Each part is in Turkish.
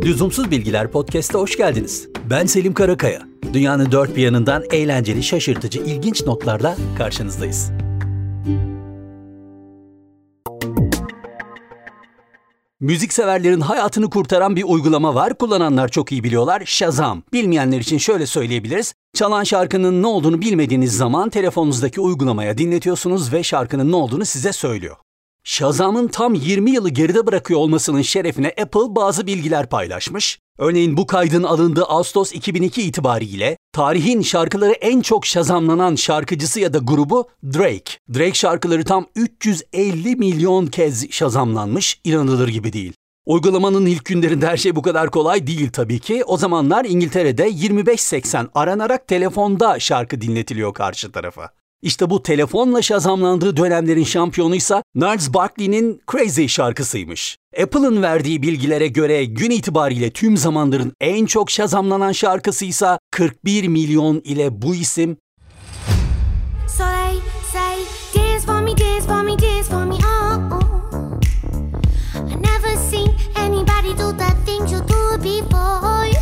Lüzumsuz Bilgiler Podcast'a hoş geldiniz. Ben Selim Karakaya. Dünyanın dört bir yanından eğlenceli, şaşırtıcı, ilginç notlarla karşınızdayız. Müzikseverlerin hayatını kurtaran bir uygulama var. Kullananlar çok iyi biliyorlar. Shazam. Bilmeyenler için şöyle söyleyebiliriz. Çalan şarkının ne olduğunu bilmediğiniz zaman telefonunuzdaki uygulamaya dinletiyorsunuz ve şarkının ne olduğunu size söylüyor. Shazam'ın tam 20 yılı geride bırakıyor olmasının şerefine Apple bazı bilgiler paylaşmış. Örneğin bu kaydın alındığı Ağustos 2002 itibariyle tarihin şarkıları en çok şazamlanan şarkıcısı ya da grubu Drake. Drake şarkıları tam 350 milyon kez şazamlanmış, inanılır gibi değil. Uygulamanın ilk günlerinde her şey bu kadar kolay değil tabii ki. O zamanlar İngiltere'de 2580 aranarak telefonda şarkı dinletiliyor karşı tarafa. İşte bu telefonla şazamlandığı dönemlerin şampiyonuysa Gnarls Barkley'nin Crazy şarkısıymış. Apple'ın verdiği bilgilere göre gün itibariyle tüm zamanların en çok şazamlanan şarkısıysa 41 milyon ile bu isim So they say, dance for me, dance for me, dance for me, oh, oh. I never seen anybody do the things you do before.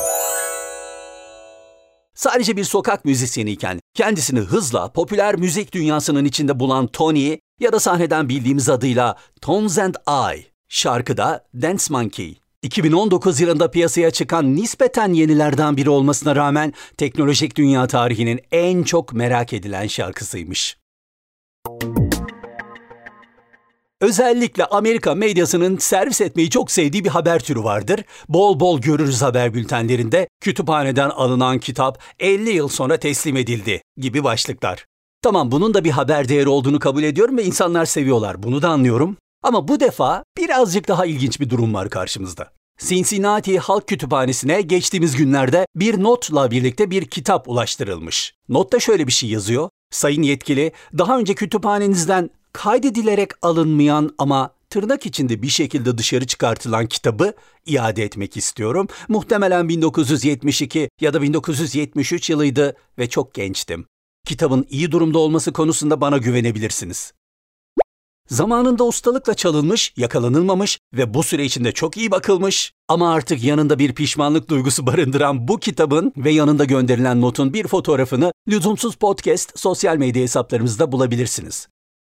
Sadece bir sokak müzisyeniyken kendisini hızla popüler müzik dünyasının içinde bulan Tony ya da sahneden bildiğimiz adıyla Tones and I şarkıda Dance Monkey. 2019 yılında piyasaya çıkan nispeten yenilerden biri olmasına rağmen teknolojik dünya tarihinin en çok merak edilen şarkısıymış. Özellikle Amerika medyasının servis etmeyi çok sevdiği bir haber türü vardır. Bol bol görürüz haber bültenlerinde, kütüphaneden alınan kitap 50 yıl sonra teslim edildi gibi başlıklar. Tamam, bunun da bir haber değeri olduğunu kabul ediyorum ve insanlar seviyorlar, bunu da anlıyorum. Ama bu defa birazcık daha ilginç bir durum var karşımızda. Cincinnati Halk Kütüphanesi'ne geçtiğimiz günlerde bir notla birlikte bir kitap ulaştırılmış. Notta şöyle bir şey yazıyor. Sayın yetkili, daha önce kütüphanenizden kaydedilerek alınmayan ama tırnak içinde bir şekilde dışarı çıkartılan kitabı iade etmek istiyorum. Muhtemelen 1972 ya da 1973 yılıydı ve çok gençtim. Kitabın iyi durumda olması konusunda bana güvenebilirsiniz. Zamanında ustalıkla çalınmış, yakalanılmamış ve bu süre içinde çok iyi bakılmış ama artık yanında bir pişmanlık duygusu barındıran bu kitabın ve yanında gönderilen notun bir fotoğrafını Lüzumsuz Podcast sosyal medya hesaplarımızda bulabilirsiniz.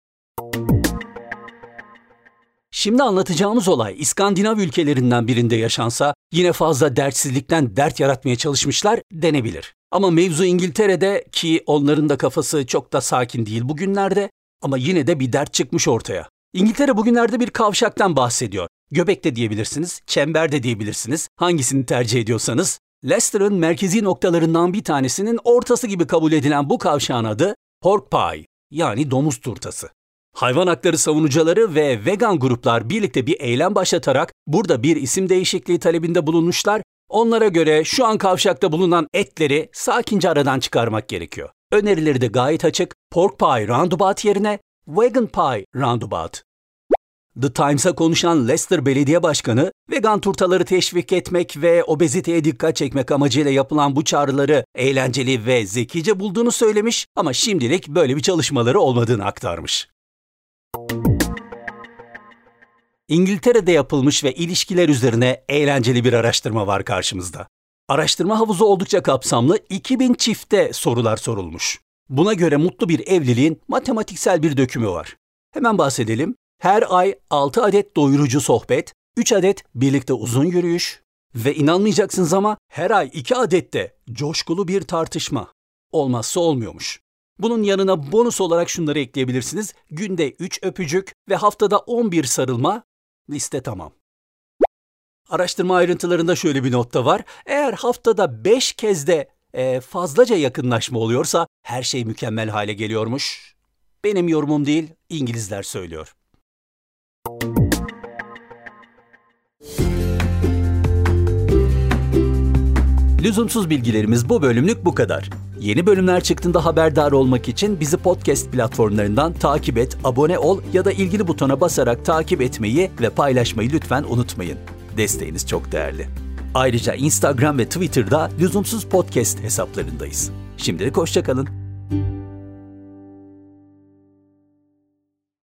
Şimdi anlatacağımız olay İskandinav ülkelerinden birinde yaşansa yine fazla dertsizlikten dert yaratmaya çalışmışlar denebilir. Ama mevzu İngiltere'de ki onların da kafası çok da sakin değil bugünlerde ama yine de bir dert çıkmış ortaya. İngiltere bugünlerde bir kavşaktan bahsediyor. Göbek de diyebilirsiniz, çember de diyebilirsiniz, hangisini tercih ediyorsanız. Leicester'ın merkezi noktalarından bir tanesinin ortası gibi kabul edilen bu kavşağın adı Pork Pie yani domuz turtası. Hayvan hakları savunucuları ve vegan gruplar birlikte bir eylem başlatarak burada bir isim değişikliği talebinde bulunmuşlar. Onlara göre şu an kavşakta bulunan etleri sakince aradan çıkarmak gerekiyor. Önerileri de gayet açık. Pork Pie Roundabout yerine Vegan Pie Roundabout. The Times'a konuşan Leicester Belediye Başkanı, vegan turtaları teşvik etmek ve obeziteye dikkat çekmek amacıyla yapılan bu çağrıları eğlenceli ve zekice bulduğunu söylemiş ama şimdilik böyle bir çalışmaları olmadığını aktarmış. İngiltere'de yapılmış ve ilişkiler üzerine eğlenceli bir araştırma var karşımızda. Araştırma havuzu oldukça kapsamlı, 2000 çifte sorular sorulmuş. Buna göre mutlu bir evliliğin matematiksel bir dökümü var. Hemen bahsedelim. Her ay 6 adet doyurucu sohbet, 3 adet birlikte uzun yürüyüş ve inanmayacaksınız ama her ay 2 adet de coşkulu bir tartışma. Olmazsa olmuyormuş. Bunun yanına bonus olarak şunları ekleyebilirsiniz. Günde 3 öpücük ve haftada 11 sarılma. Liste tamam. Araştırma ayrıntılarında şöyle bir not da var. Eğer haftada 5 kez de fazlaca yakınlaşma oluyorsa her şey mükemmel hale geliyormuş. Benim yorumum değil, İngilizler söylüyor. Lüzumsuz bilgilerimiz bu bölümlük bu kadar. Yeni bölümler çıktığında haberdar olmak için bizi podcast platformlarından takip et, abone ol ya da ilgili butona basarak takip etmeyi ve paylaşmayı lütfen unutmayın. Desteğiniz çok değerli. Ayrıca Instagram ve Twitter'da Lüzumsuz Podcast hesaplarındayız. Şimdilik hoşça kalın.